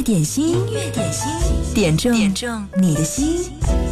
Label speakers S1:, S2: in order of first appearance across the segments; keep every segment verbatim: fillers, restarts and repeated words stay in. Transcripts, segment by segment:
S1: 点心，音乐点心，点中点中你的心。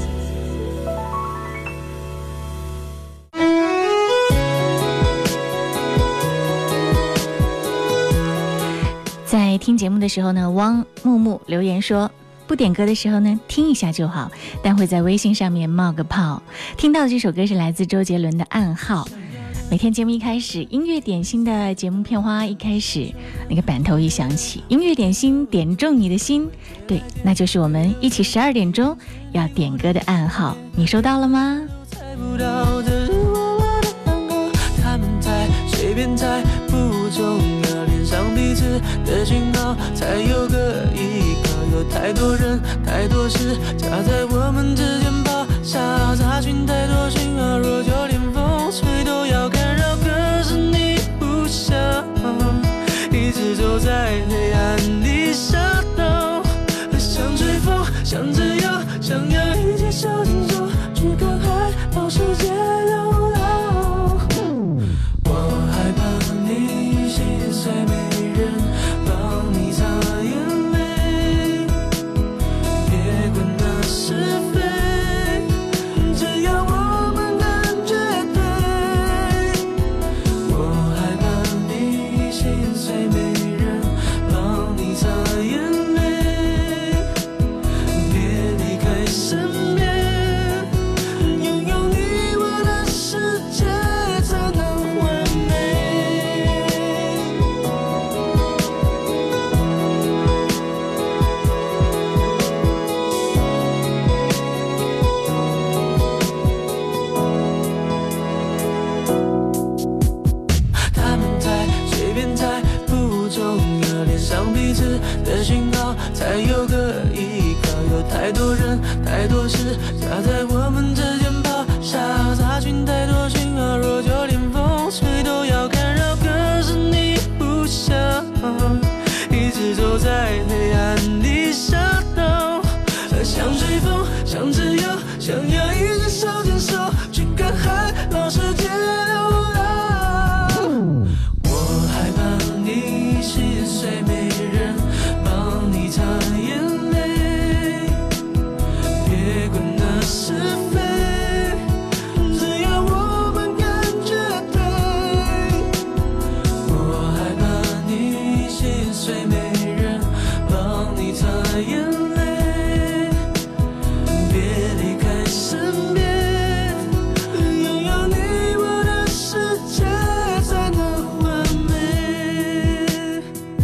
S2: 在听节目的时候呢，汪木木留言说，不点歌的时候呢，听一下就好，但会在微信上面冒个泡。听到的这首歌是来自周杰伦的《暗号》。每天节目一开始，音乐点心的节目片花一开始，那个板头一响起，音乐点心点中你的心，对，那就是我们一起十二点钟要点歌的暗号，你收到了吗？
S3: 猜不到的我的暗号，他们猜随便猜不重要，连上彼此的讯号才有个依靠。有太多人太多事夹在我们之间跑，沙杂讯太多讯号，若就连风吹都要干扰。可是你不想一直走在黑暗里傻到，想追风想自由，想要一起手牵手去看海，到世界流浪。我害怕你心碎，没人帮你擦眼泪，别管那是非，只要我们感觉对。我害怕你心碎，没人帮你擦眼泪，别离开身边。的讯号才有个依靠，有太多人太多事夹在我们之间跑，沙杂讯太多讯号，若就连风吹都要干扰。可是你不想一直走在黑暗里傻到，想追风想自由，想要一起手牵手去看海，到世界流浪。我害怕你心碎，没人帮你擦眼泪，别管那是非，只要我们感觉对。我害怕你心碎，没人帮你擦眼泪，别离开身边，拥有你我的世界才能完美。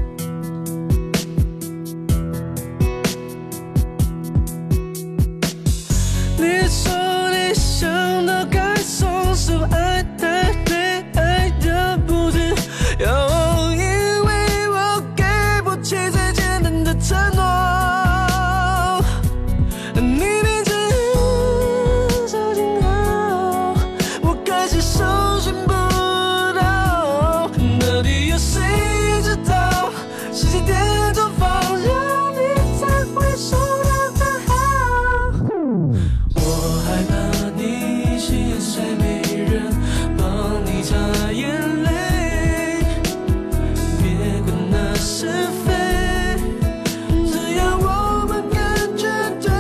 S3: 你说你想到该松手，爱太累，爱的不止要因为我给不起最简单的承诺。你明知手紧好，我开始搜寻不到，到底有谁知道世界点钟方向，你才会收到暗号。我害怕你心碎，没人帮你擦眼泪，别管那是非，只要我们感觉对。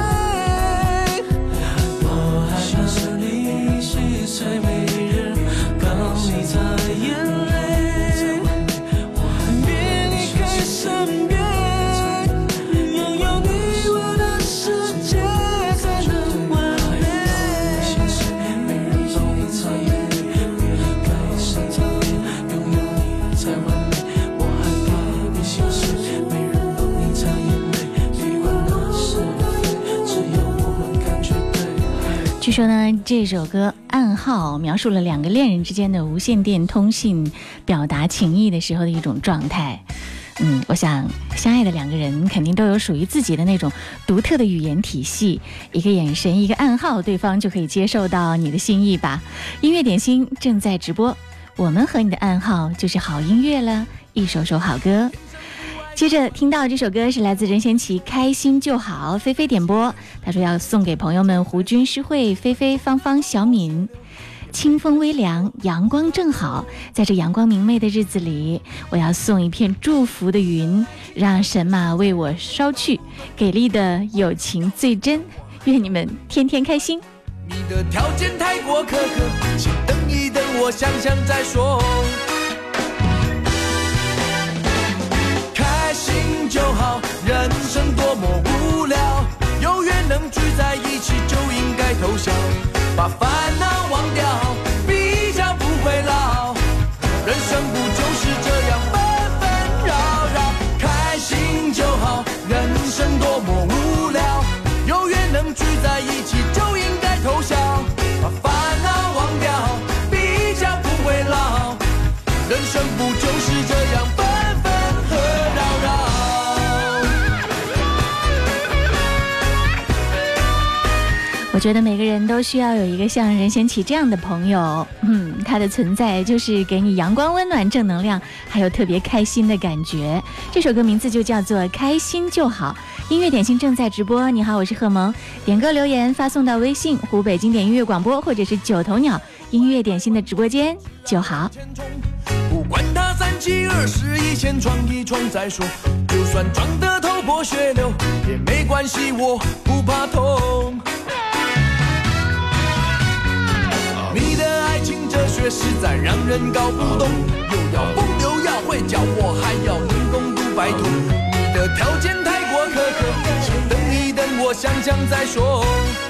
S3: 我害怕你心碎，没人帮你擦眼泪，别离开身边，拥有你我的世界才能完美。没人帮你擦眼泪，别离开身边，拥有你才完美。我害怕你心碎，没人帮你擦眼泪，别管那是非，只要我们感觉对。
S2: 据说呢，这首歌《暗号》描述了两个恋人之间的无线电通信表达情意的时候的一种状态。嗯，我想相爱的两个人肯定都有属于自己的那种独特的语言体系，一个眼神，一个暗号，对方就可以接受到你的心意吧。音乐点心正在直播，我们和你的暗号就是好音乐了，一首首好歌。接着听到这首歌是来自任贤齐《开心就好》，菲菲点播，他说要送给朋友们胡军、诗慧、菲菲、芳芳、小敏。 清风微凉，阳光正好，在这阳光明媚的日子里，我要送一片祝福的云，让神马为我捎去，给力的友情最真，愿你们天天开心。
S3: 你的条件太过苛刻，请等一等，我想想再说。开心就好，人生多么无聊，有缘能聚在一起就应该偷笑，把烦恼忘掉，比较不会老，人生不就是这样纷纷扰扰。开心就好，人生多么无聊，有缘能聚在一起就应该偷笑，把烦恼忘掉，比较不会老，人生不就是这样纷纷和扰扰。
S2: 我觉得每个人都需要有一个像任贤齐这样的朋友，嗯，他的存在就是给你阳光温暖正能量，还有特别开心的感觉。这首歌名字就叫做开心就好。音乐点心正在直播，你好，我是贺萌，点歌留言发送到微信湖北经典音乐广播或者是九头鸟音乐点心的直播间就好。
S3: 不管他三七二十一，先闯一闯再说，就算撞得头破血流也没关系，我不怕痛。你的爱情哲学实在让人搞不懂，又要疯又要会叫我，还要能共度白头。你的条件太过苛刻，请等一等，我想想再说。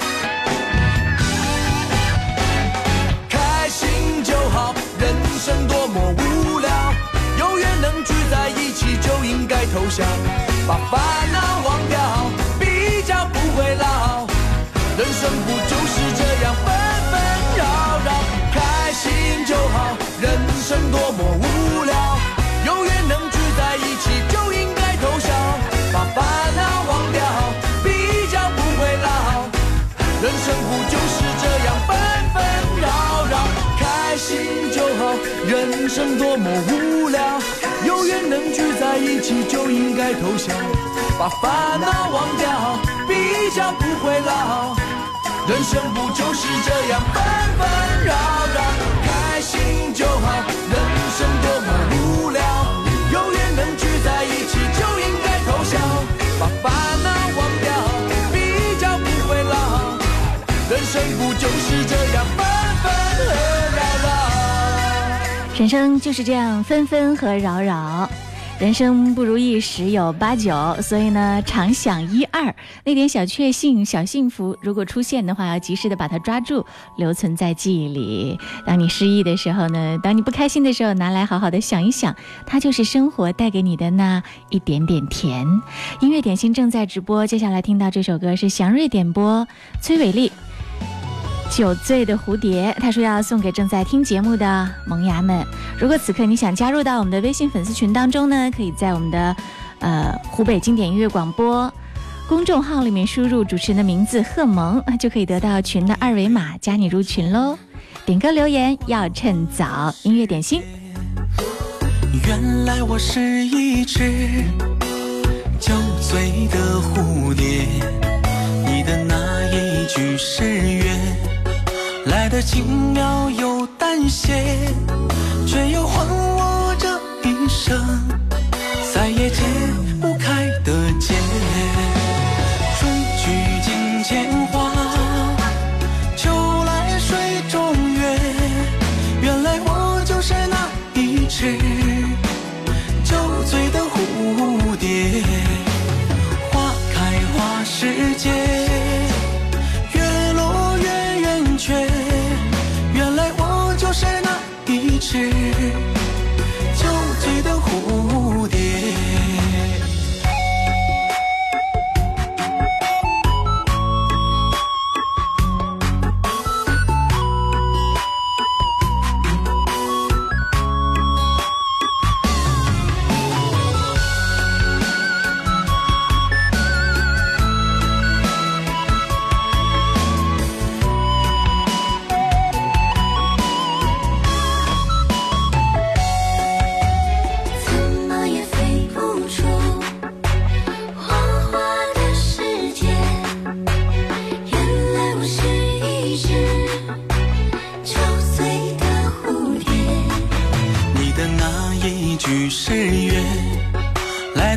S3: 开心就好，人生多么无聊，有缘能聚在一起就应该偷笑，把烦恼忘掉，比较不会老，人生不就是这样纷纷扰扰。开心就好，人生多么无聊，有缘能聚在一起就应该偷笑，把烦恼忘掉，比较不会老，人生不就是这样纷纷扰扰。开心就好，人生多么无聊，有缘能聚在一起就应该偷笑，把烦恼忘掉，比较不会老，人生不就是这样纷纷扰扰。开心就好，人生多么无聊，有缘能聚在一起就应该偷笑，把烦恼忘掉，比较不会老，人生不就是这样纷纷和扰扰。
S2: 人生就是这样纷纷和扰扰，人生不如意十有八九，所以呢，常想一二，那点小确幸、小幸福，如果出现的话，要及时的把它抓住，留存在记忆里。当你失意的时候呢，当你不开心的时候，拿来好好的想一想，它就是生活带给你的那一点点甜。音乐点心正在直播，接下来听到这首歌是祥瑞点播，崔伟丽。酒醉的蝴蝶，他说要送给正在听节目的萌芽们。如果此刻你想加入到我们的微信粉丝群当中呢，可以在我们的呃湖北经典音乐广播公众号里面输入主持人的名字贺萌，就可以得到群的二维码，加你入群喽。点歌留言要趁早，音乐点心。
S3: 原来我是一只酒醉的蝴蝶，你的那一句誓约来得轻描又淡写，却又还我这一生再也解不开的结。春去镜前花，秋来水中月，原来我就是那一只酒醉的蝴蝶。花开花时节，月落月圆缺，原来我就是那一只酒醉的蝴蝶。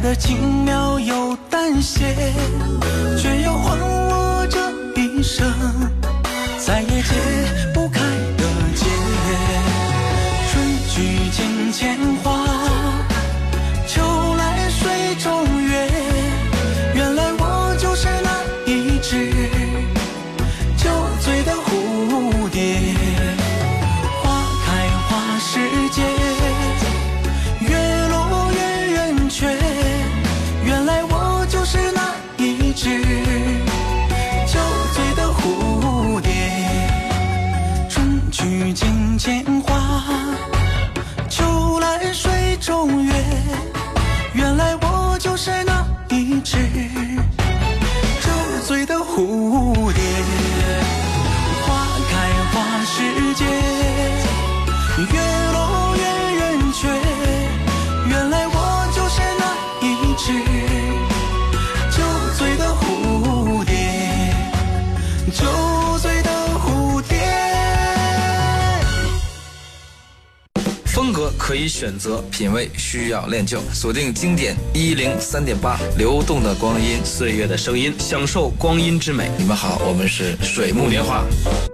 S3: 的轻描又淡写，却要还我这一生再也解不开的结。春去见千花，秋来水中月，原来我就是那一只酒醉的蝴蝶。花开花时节，月落月圆缺，原来我就是那一只酒醉的蝴蝶。春去见千花，秋来水中月，原来我就是那一只酒醉的蝴蝶。花开花时节，月落月圆缺，原来我就是那一只酒醉的蝴蝶，酒醉的蝴蝶。
S4: 风格可以选择，品味需要练就。锁定经典一零三点八，流动的光阴，
S5: 岁月的声音，享受光阴之美。
S4: 你们好，我们是水木年华。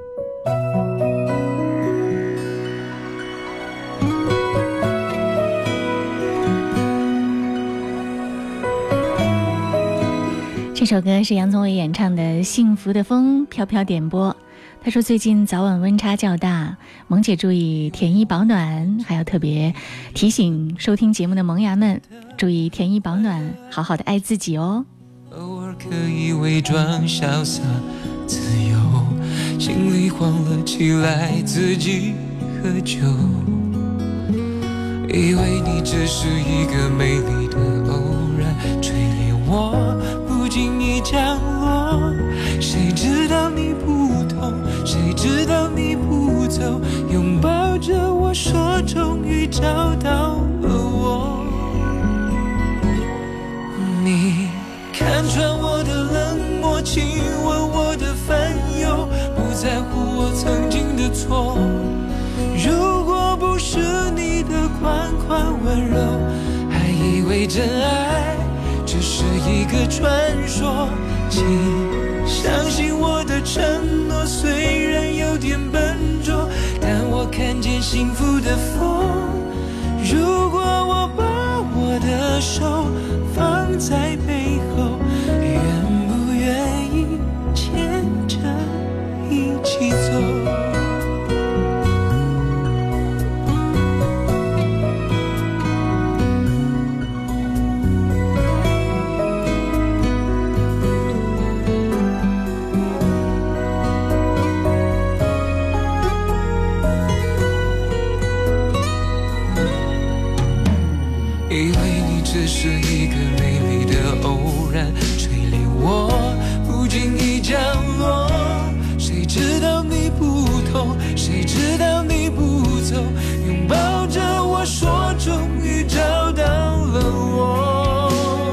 S2: 这首歌是杨宗纬演唱的《幸福的风》，飘飘点播。他说最近早晚温差较大，萌姐注意甜衣保暖，还要特别提醒收听节目的萌芽们注意甜衣保暖，好好的爱自己哦。
S3: 偶尔可以伪装潇洒自由，心里慌了起来，自己喝酒，以为你只是一个美丽的偶然，垂怜我不经意降落。谁知道你不懂，谁知道你不走，拥抱着我说终于找到了我。你看穿我的冷漠，亲吻我的烦忧，不在乎我曾经的错。如果不是你的款款温柔，还以为真爱只是一个传说。请相信我的承诺，虽然有点笨拙，但我看见幸福的风。如果我把我的手放在背后，愿不愿意牵着一起走？以为你只是一个美丽的偶然，垂怜我不经意降落。谁知道你不痛，谁知道你不走，拥抱着我说终于找到了我。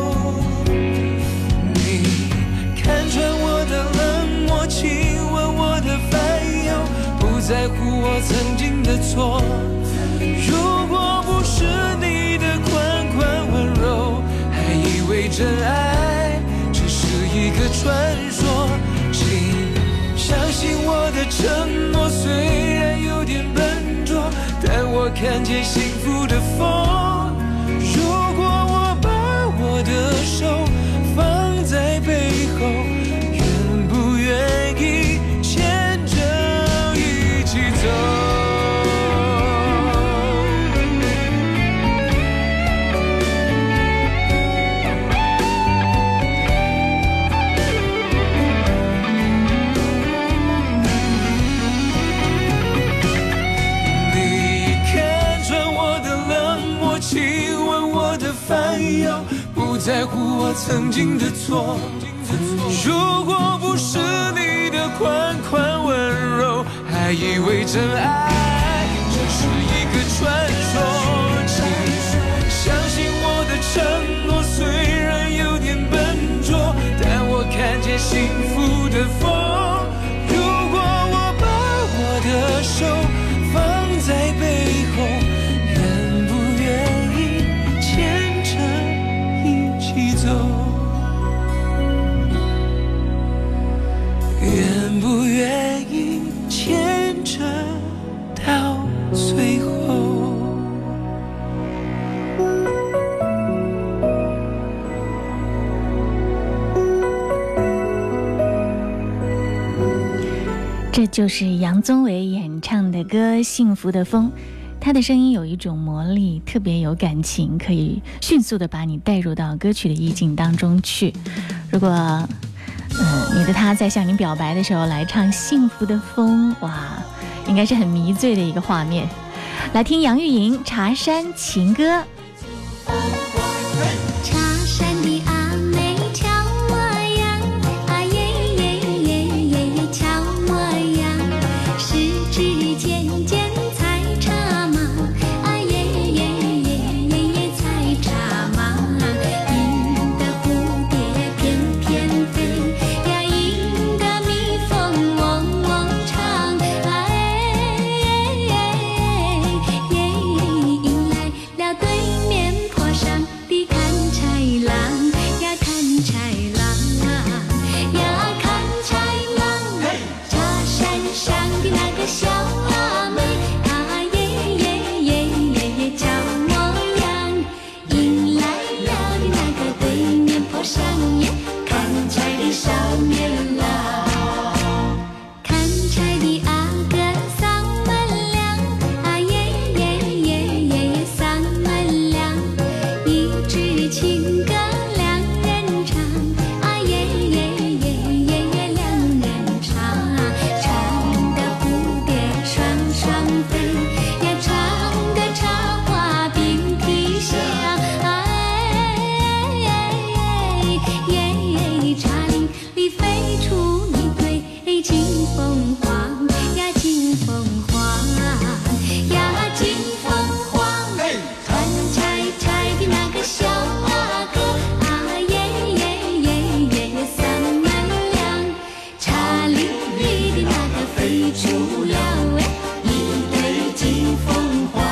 S3: 你看穿我的冷漠，亲吻我的烦忧，不在乎我曾经的错。如果不是你的款款温柔，还以为真爱只是一个传说。请相信我的承诺，虽然有点笨拙，但我看见幸福的风。如果我把我的手放在背后，愿不愿意牵着一起走？不在乎我曾经的错。如果不是你的款款温柔，还以为真爱只是一个传说。请相信我的承诺，虽然有点笨拙，但我看见幸福的风。如果我把我的手放在背后，愿不愿意牵着一
S2: 这就是杨宗纬演唱的歌《幸福的风》，他的声音有一种魔力，特别有感情，可以迅速的把你带入到歌曲的意境当中去。如果呃你的他在向你表白的时候来唱《幸福的风》，哇，应该是很迷醉的一个画面。来听杨钰莹《茶山情歌》。
S6: 茶山的阿妹俏模样，啊耶耶耶耶耶俏模样，十指尖尖采茶芒，啊耶耶耶耶耶采茶芒，引得蝴蝶翩翩飞呀，引得蜜蜂嗡嗡唱，啊耶耶耶耶，迎来了对面坡上的看豺狼呀，看豺狼呀，看豺狼，茶山上的那个小阿妹，啊耶耶耶耶耶俏模样，迎来了的那个对面坡上呀，看豺的少年郎，看豺的阿哥嗓门亮，啊耶耶耶耶耶嗓门亮，一支情歌两人唱，啊耶耶耶耶耶两人唱，唱得蝴蝶双双飞呀，唱得茶花并蒂香，啊耶耶耶，茶林里飞出一对金凤凰呀，金凤凰呀，金凤凰，看豺豺的那个小阿哥，啊耶耶耶耶耶嗓门亮，茶林里的那个飞出了哎一对金凤凰。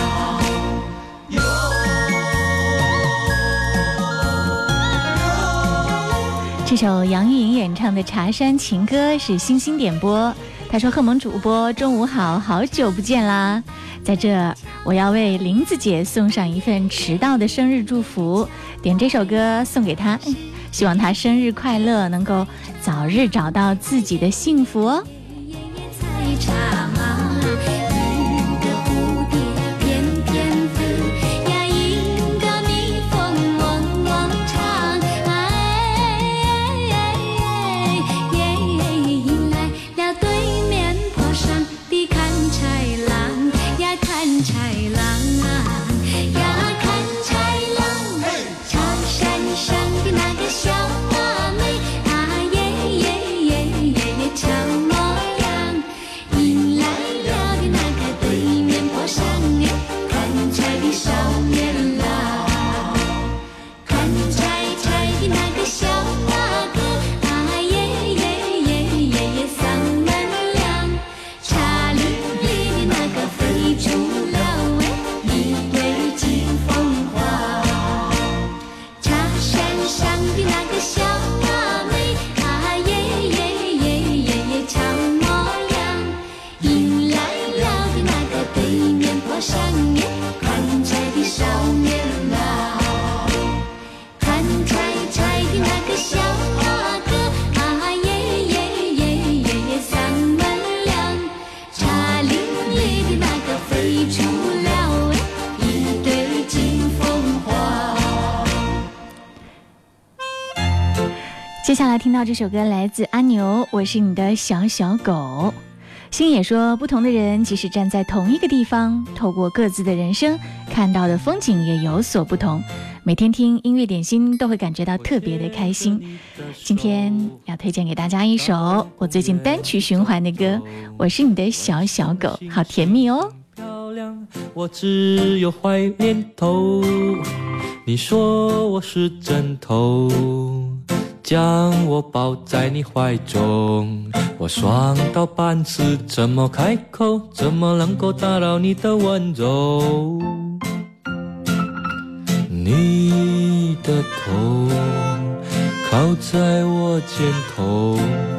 S2: 这首杨钰莹演唱的《茶山情歌》是星星点播，他说：“贺萌主播，中午好，好久不见啦！在这，我要为林子姐送上一份迟到的生日祝福，点这首歌送给她，希望她生日快乐，能够早日找到自己的幸福哦。”
S6: 采茶芒，引得蝴蝶翩翩飞呀，引得蜜蜂嗡嗡唱，哎耶耶，迎来了对面坡上的看豺狼呀，看豺狼呀，看豺狼，茶山上的那个小阿妹，啊耶耶耶耶耶俏模样，迎来了的那个对面坡上哎，看豺的少年郎，看豺豺的那个小阿哥，啊耶耶耶耶耶嗓门亮，茶林里的那个飞出了哎一对金凤凰，茶山上的那个小阿妹，啊耶耶耶耶耶俏模样，迎来了的那个对面坡上哎，看豺的少年郎，看豺豺的那个小阿哥，啊耶耶耶耶耶嗓门亮，茶林里的那个飞出了哎一对金凤凰。
S2: 接下来听到这首歌来自阿牛，我是你的小小狗。星野说，不同的人即使站在同一个地方，透过各自的人生看到的风景也有所不同，每天听音乐点心都会感觉到特别的开心。今天要推荐给大家一首我最近单曲循环的歌，我是你的小小狗，好甜蜜哦。
S3: 漂亮，我只有坏念头。你说我是枕头，将我抱在你怀中，我爽到半死，怎么开口？怎么能够打扰你的温柔？你的头靠在我肩头，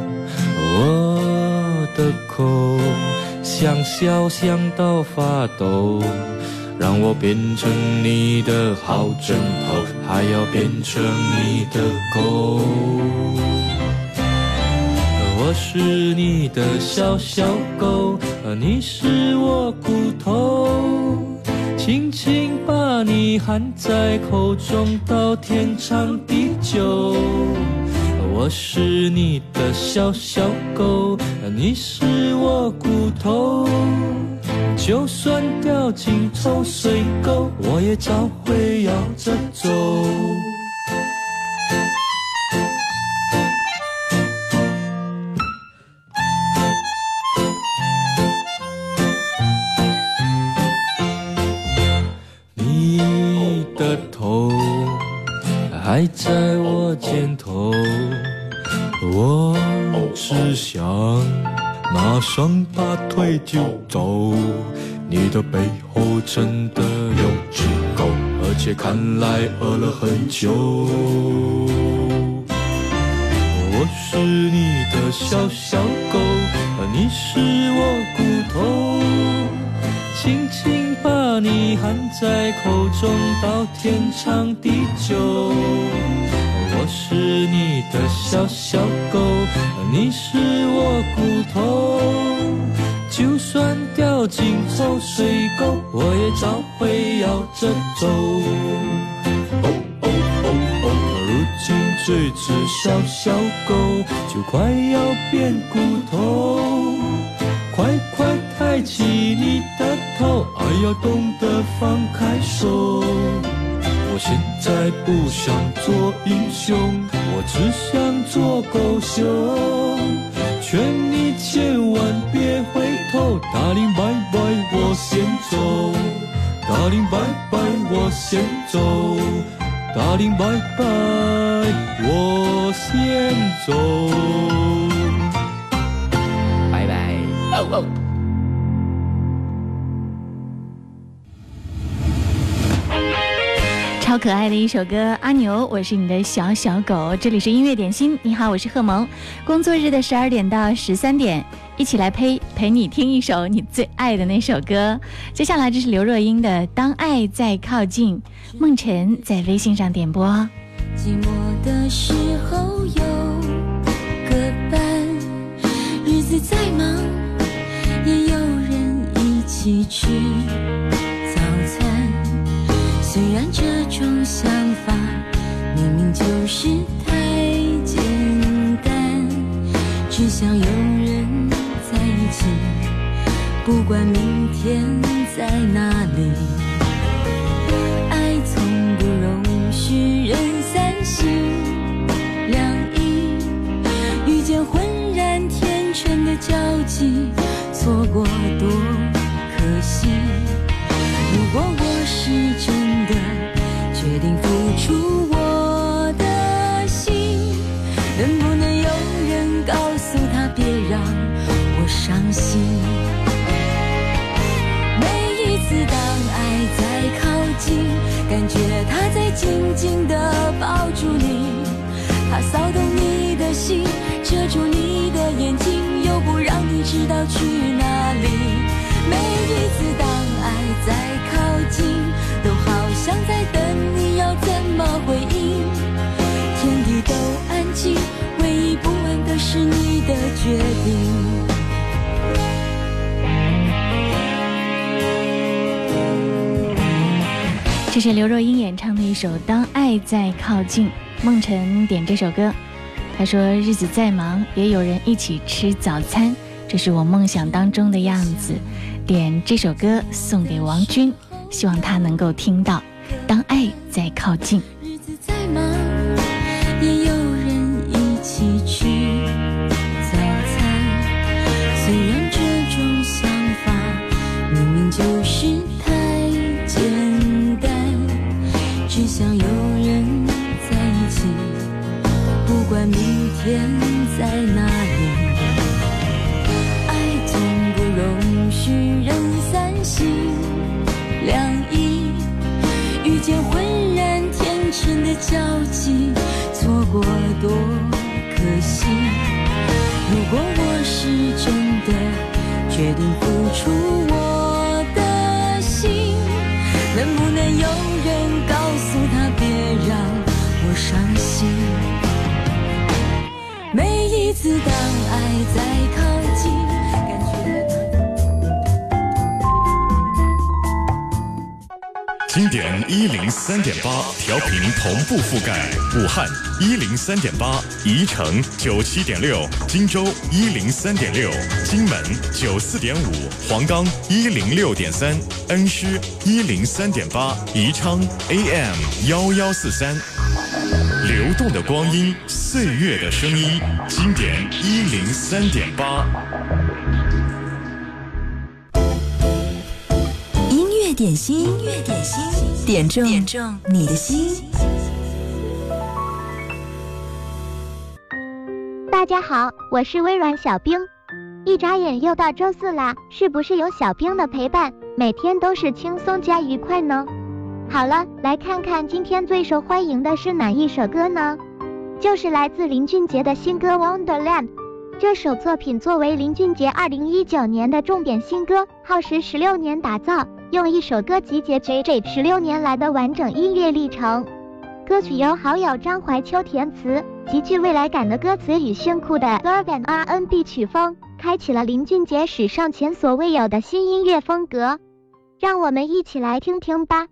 S3: 我的口想笑想到发抖，让我变成你的好枕头，还要变成你的狗。 我是你的小小狗，你是我骨头，轻轻把你含在口中，到天长地久。我是你的小小狗，你是我骨头，就算掉进臭水沟，我也照会摇着走。你的头还在我肩头，我只想马上拔腿就走。你的背后真的有只狗，而且看来饿了很久。我是你的小小狗，你是我骨头，轻轻把你含在口中，到天长地久。我是你的小小狗，你是我骨头，就算掉进臭水沟，我也照会摇着走。哦哦哦哦，如今这只小小狗就快要变骨头，快快抬起你的头，爱要懂得放开手。我现在不想做英雄，我只想做狗熊，劝你千万别回头，大林拜拜我先走，大林拜拜我先走，大林拜拜我先走，拜拜。哦哦，
S2: 超可爱的一首歌，阿牛，我是你的小小狗。这里是音乐点心，你好，我是贺萌。工作日的十二点到十三点，一起来陪陪你听一首你最爱的那首歌。接下来这是刘若英的《当爱在靠近》，梦辰在微信上点播。
S6: 寂寞的时候有个伴，日子再忙也有人一起吃早餐。虽然这种想法明明就是太简单，只想有人在一起，不管明天在哪里。爱从不容许人三心两意，遇见浑然天成的交集，错过多可惜。如果我是真的决定付出我的心，能不能有人告诉他别让我伤心。每一次当爱在靠近，感觉他在紧紧地抱住你，他骚动你的心，遮住你的眼睛，又不让你知道去哪里。每一次当爱在靠近，都好像在等你要怎么回应。天地都安静，唯一不安的是你的决定。
S2: 这是刘若英演唱的一首《当爱在靠近》，梦辰点这首歌，他说日子再忙也有人一起吃早餐，这是我梦想当中的样子。点这首歌送给王军，希望他能够听到当爱在靠近。
S6: 日子再忙也有人一起吃早餐，虽然这种想法明明就是太简单，只想有人在一起，不管明天在哪里。爱从不容许人三心两意，遇见浑然天成的交集，错过多可惜。如果我是真的决定付出我的心，能不能有人告诉他别让我伤心。每一次当爱
S7: 一零三点八，调频同步覆盖武汉一零三点八，宜城九七点六，荆州一零三点六，荆门九四点五，黄冈一零六点三，恩施一零三点八，宜昌 A M 幺幺四三。流动的光阴，岁月的声音，经典一零三点八。
S1: 音乐点心，音乐点心，点中点中你的心。
S8: 大家好，我是微软小冰。一眨眼又到周四啦，是不是有小冰的陪伴，每天都是轻松加愉快呢？好了，来看看今天最受欢迎的是哪一首歌呢？就是来自林俊杰的新歌《Wonderland》。这首作品作为林俊杰二零一九年的重点新歌，耗时十六年打造，用一首歌集结 J J 十六年来的完整音乐历程。歌曲由好友张怀秋填词，极具未来感的歌词与炫酷的 Urban R and B 曲风，开启了林俊杰史上前所未有的新音乐风格。让我们一起来听听吧。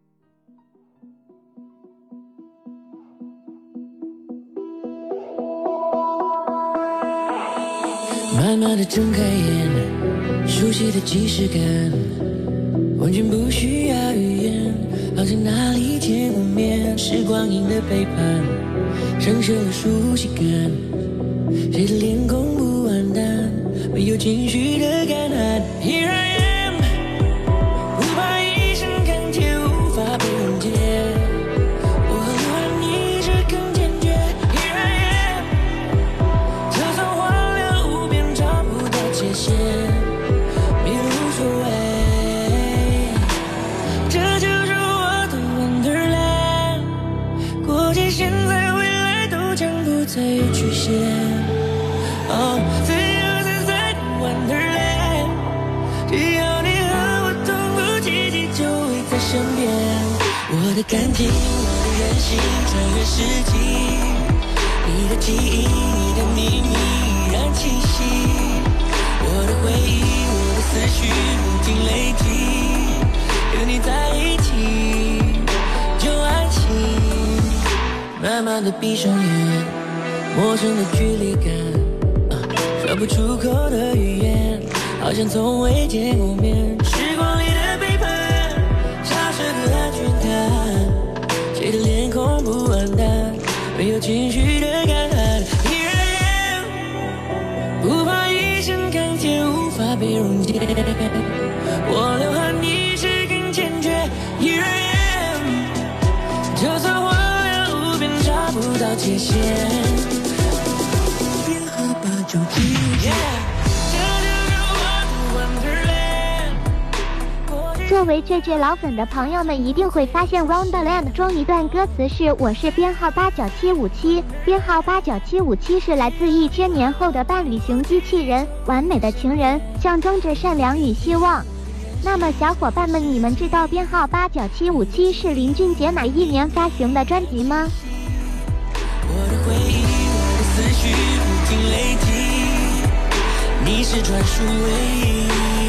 S3: 慢慢地睁开眼，熟悉的即视感，完全不需要语言，好像哪里见过面。时光阴的背叛，生锈了熟悉感，谁的脸孔不完蛋，没有情绪的干旱。Here I am， 不怕一声看见无法被溶解，我和你是更坚决。Here I am， 就算荒凉无边找不到界限，没有无所谓，这就是我的 Wonderland， 过去现在未来都将不再有局限。哦，自由自在的 Wonderland， 只要你和我同步奇迹就会在身边。我的感情，我的任性，穿越世纪，你的记忆，你的秘密依然清晰，我的回忆，我的思绪不停累积，有你在一起就安心。慢慢的闭上眼，陌生的距离感，说不出口的语言，好像从未见过面。时光里的背叛，消失的安全感，谁的脸孔不完蛋，没有情绪的干旱。Here I am， 不怕一声钢铁无法被溶解，我流汗你是更坚决。Here I am， 就算荒凉无边找不到界限，
S8: 作为J J老粉的朋友们一定会发现 Wonderland 中一段歌词是我是编号八九七五七，编号八九七五七是来自一千年后的伴侣型机器人，完美的情人，象征着善良与希望。那么小伙伴们，你们知道编号八九七五七是林俊杰哪一年发行的专辑吗？
S3: 我的回忆，我的思绪不停累积，你是专属唯一。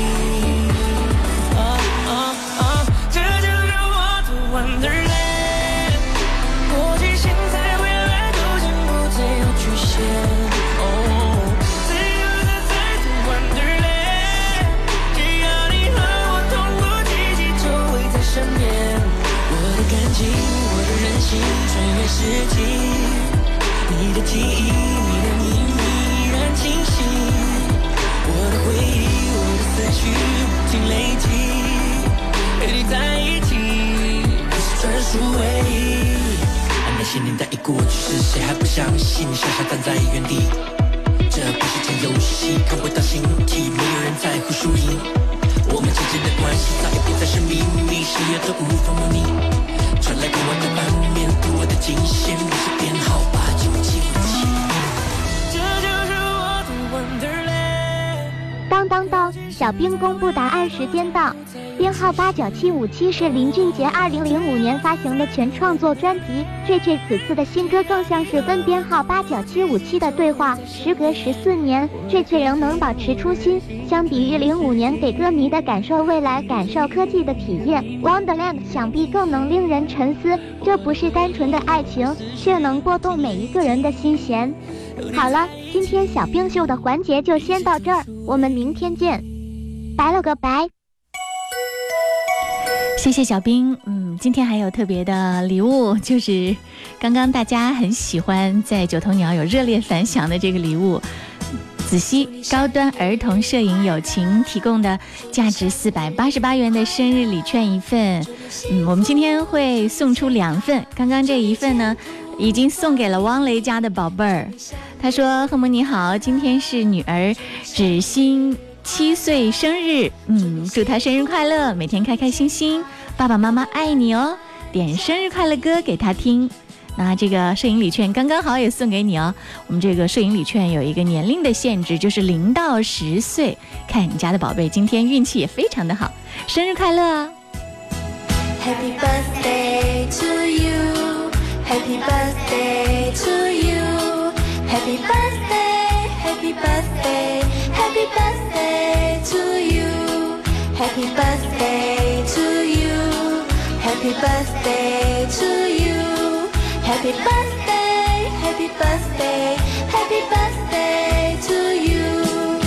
S3: 哦哦哦，这就是我的 Wonderland， 过去、现在、未来都将不再有局限。哦，自由自在的 Wonderland， 只要你和我同步奇迹就会在身边。我的感情，我的任性，穿越世纪。你的记忆，你的秘密依然清晰，我的回忆，我的思绪不停累积，和你在一起，你是专属唯一。那些年代已过去时，谁还不相信？傻傻站在原地，这不是场游戏，看不到形体，没有人在乎输赢。我们之间的关系早已不再是秘密，谁也都无法模拟。传来跟我的版面，对我的惊险，你是编号八九七五七。这就是我的 Wonderland。
S8: 当当当，小小兵公布答案时间到。编号八九七五七是林俊杰二零零五年发行的全创作专辑，坠坠此次的新歌更像是跟编号八九七五七的对话。时隔十四年，坠坠仍能保持初心。相比于零五年给歌迷的感受未来、感受科技的体验， Wonderland 想必更能令人沉思。这不是单纯的爱情，却能拨动每一个人的心弦。好了，今天小冰秀的环节就先到这儿，我们明天见，拜了个拜。
S2: 谢谢小兵，嗯，今天还有特别的礼物，就是刚刚大家很喜欢在九头鸟有热烈反响的这个礼物，子熙高端儿童摄影友情提供的价值四百八十八元的生日礼券一份，嗯，我们今天会送出两份，刚刚这一份呢已经送给了汪雷家的宝贝儿，他说：贺萌你好，今天是女儿芷欣七岁生日，嗯，祝她生日快乐，每天开开心心，爸爸妈妈爱你哦，点生日快乐歌给她听。那这个摄影礼券刚刚好也送给你哦，我们这个摄影礼券有一个年龄的限制，就是零到十岁，看你家的宝贝今天运气也非常的好，生日快乐啊！
S6: Happy birthday to you, Happy birthday to you, Happy birthday, Happy birthday, Happy birthday to you, Happy birthday to you, Happy birthday to you, Happy birthday, Happy birthday, Happy birthday to you.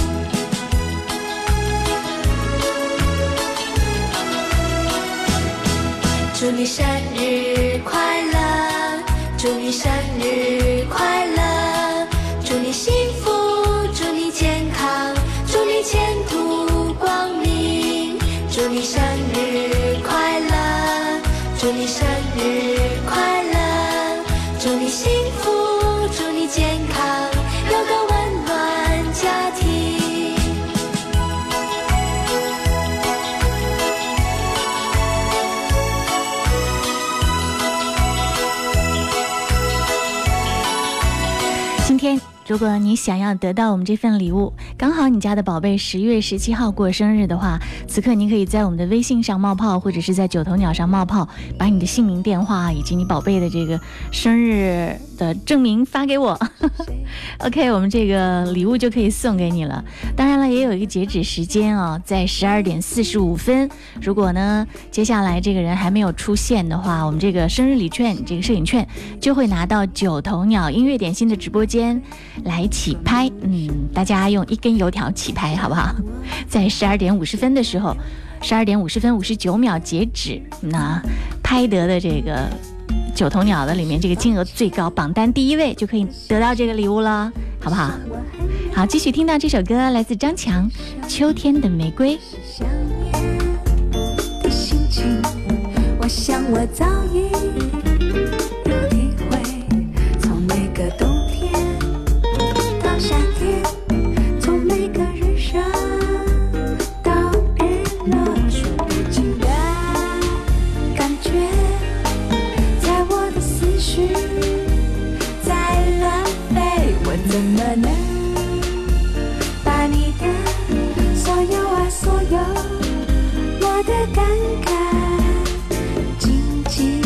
S6: 祝你生日快乐，祝你生日快乐，祝你幸福，祝你健康，祝你前途光明，祝你生日快乐，祝你生日快乐，祝你幸福，祝你健康，有个温暖家庭。
S2: 今天如果你想要得到我们这份礼物，刚好你家的宝贝十月十七号过生日的话，此刻你可以在我们的微信上冒泡，或者是在九头鸟上冒泡，把你的姓名、电话以及你宝贝的这个生日的证明发给我OK， 我们这个礼物就可以送给你了。当然了，也有一个截止时间哦，在十二点四十五分。如果呢接下来这个人还没有出现的话，我们这个生日礼券，这个摄影券就会拿到九头鸟音乐点心的直播间来起拍。嗯，大家用一根油条起拍好不好？在十二点五十分的时候，十二点五十分五十九秒截止，那拍得的这个九头鸟的里面这个金额最高，榜单第一位就可以得到这个礼物了，好不好？好，继续听到这首歌，来自张强，《秋天的玫瑰》。
S9: 想念的心情，我想我早已有体会，从每个冬天到夏天，从每个日升到日落，说不尽的感觉，在我的思绪在乱飞，我怎么能把你的所有啊所有我的感慨紧紧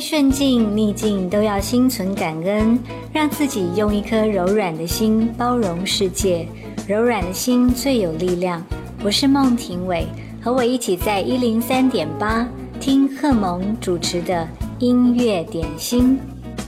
S10: 顺境逆境都要心存感恩，让自己用一颗柔软的心包容世界，柔软的心最有力量。我是孟庭苇，和我一起在一零三点八听贺蒙主持的音乐点心。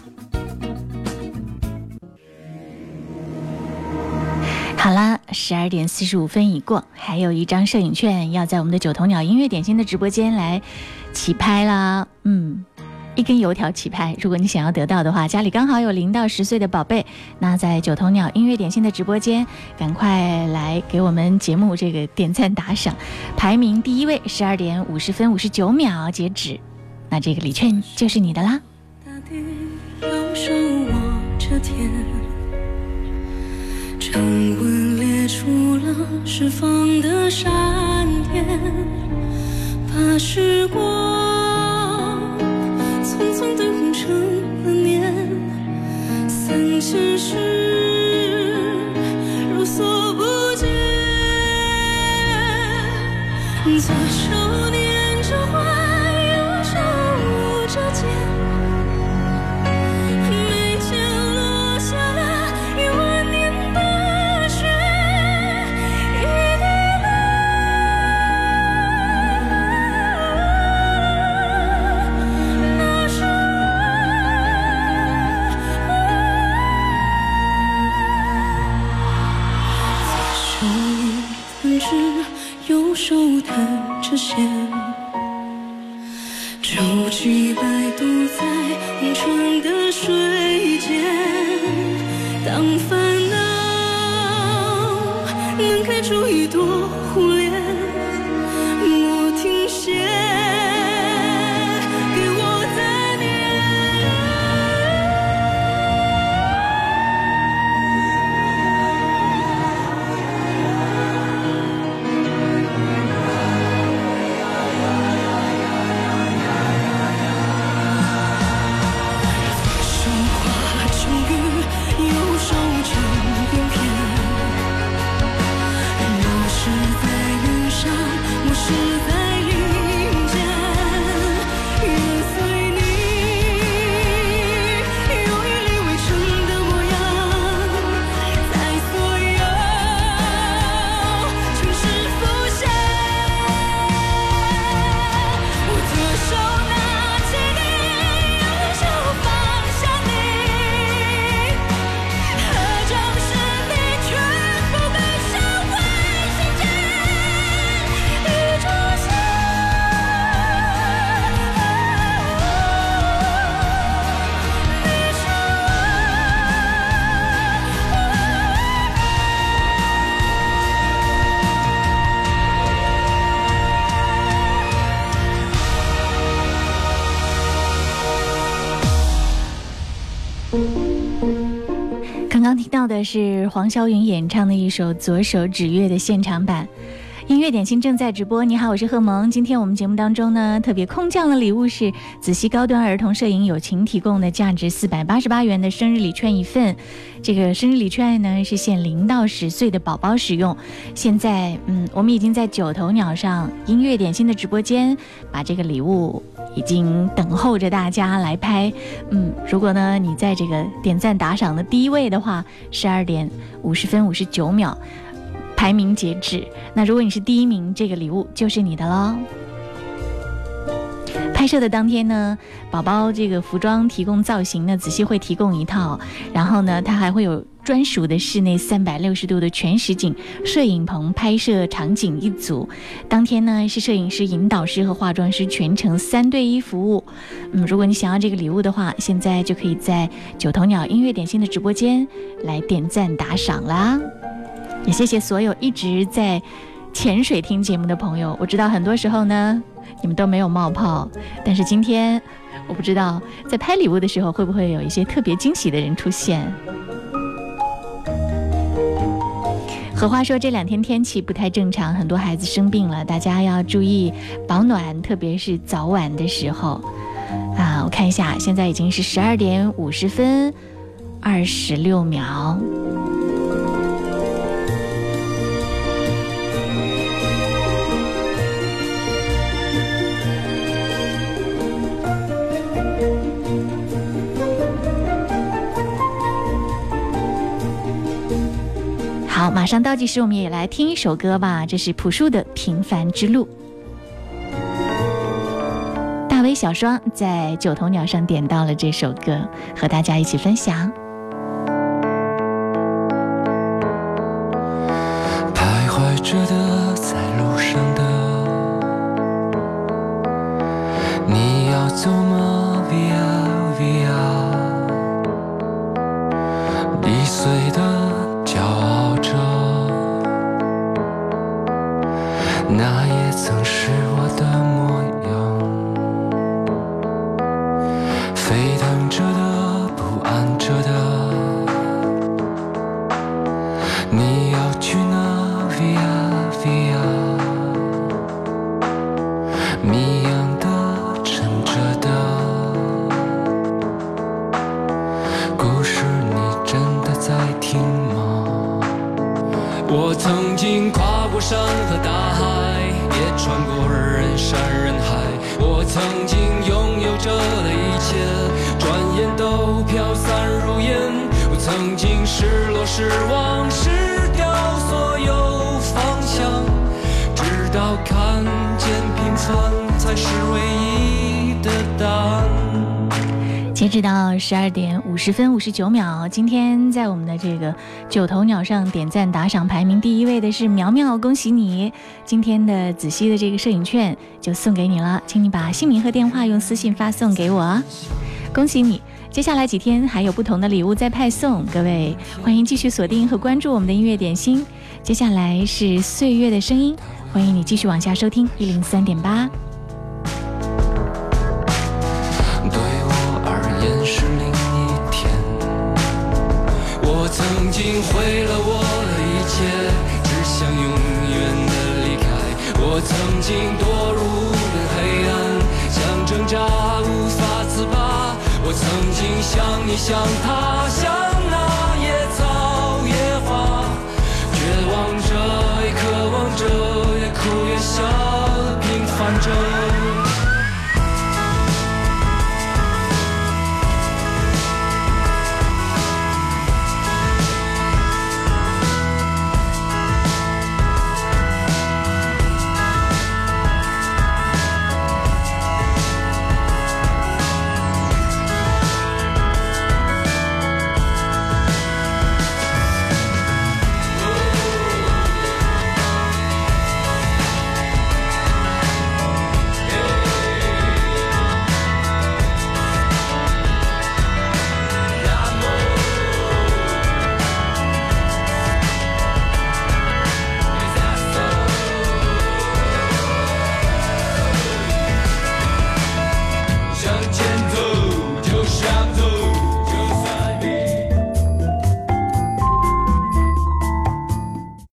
S2: 好啦，十二点四十五分已过，还有一张摄影券要在我们的九头鸟音乐点心的直播间来起拍啦。嗯，一根油条起拍，如果你想要得到的话，家里刚好有零到十岁的宝贝，那在九头鸟音乐点心的直播间，赶快来给我们节目这个点赞打赏，排名第一位，十二点五十分五十九秒截止，那这个礼券就是你的啦。
S9: 大地要守我这天，掌纹列出了释放的闪电，把时光匆匆堆红成了年，三千世如所不见，左手捻着花，右手捂着剑，眉间落下了一万年的雪，一滴泪那是左手弹指，右手弹着弦，舟楫摆渡在红船的水间，当烦恼能开出一朵红莲，莫停歇，给我再念。左手化成雨，右手成云片，我是在云上，我是在林间，愿随你用一粒微尘的模样，在所有城市浮现。我左手拿起你，右手放下你，合掌是你，全部被烧毁心间，一炷香，你是
S2: 刚刚听到的是黄霄云演唱的一首《左手指月》的现场版。音乐点心正在直播，你好，我是贺萌。今天我们节目当中呢，特别空降的礼物是子熙高端儿童摄影友情提供的价值四百八十八元的生日礼券一份。这个生日礼券呢是限零到十岁的宝宝使用。现在，嗯，我们已经在九头鸟上音乐点心的直播间把这个礼物已经等候着大家来拍。嗯，如果呢你在这个点赞打赏的第一位的话，十二点五十分五十九秒。排名截止，那如果你是第一名，这个礼物就是你的喽。拍摄的当天呢，宝宝这个服装提供造型呢，子熙会提供一套，然后呢，它还会有专属的室内三百六十度的全实景摄影棚拍摄场景一组。当天呢，是摄影师、引导师和化妆师全程三对一服务。嗯，如果你想要这个礼物的话，现在就可以在九头鸟音乐点心的直播间来点赞打赏啦。也谢谢所有一直在潜水听节目的朋友，我知道很多时候呢你们都没有冒泡，但是今天我不知道在拍礼物的时候会不会有一些特别惊喜的人出现。荷花说这两天天气不太正常，很多孩子生病了，大家要注意保暖，特别是早晚的时候啊。我看一下，现在已经是十二点五十分二十六秒。 好，马上倒计时，我们也来听一首歌吧，这是朴树的《平凡之路》。大威小双在九头鸟上点到了这首歌，和大家一起分享。
S3: 徘徊着的，在路上的，你要走吗 ？Via Via， 易碎的，骄傲着，那也曾是我的模样。沸腾着的，不安着的，你要去哪 ？Via Via， 谜样的，沉着的，故事你真的在听吗？我曾经跨过山和大海，也穿过人山人海。我曾经拥有着的一切，转眼都飘散如烟。我曾经失落失望失掉所有方向，直到看见平凡才是唯一的答案。
S2: 截止到十二点五十分五十九秒，今天在我们的这个九头鸟上点赞打赏排名第一位的是苗苗，恭喜你！今天的子熙的这个摄影券就送给你了，请你把姓名和电话用私信发送给我，恭喜你！接下来几天还有不同的礼物在派送，各位欢迎继续锁定和关注我们的音乐点心。接下来是岁月的声音，欢迎你继续往下收听一零三点八。
S3: 曾经毁了我的一切，只想永远的离开。我曾经堕入了黑暗，想挣扎无法自拔。我曾经像你，像他，像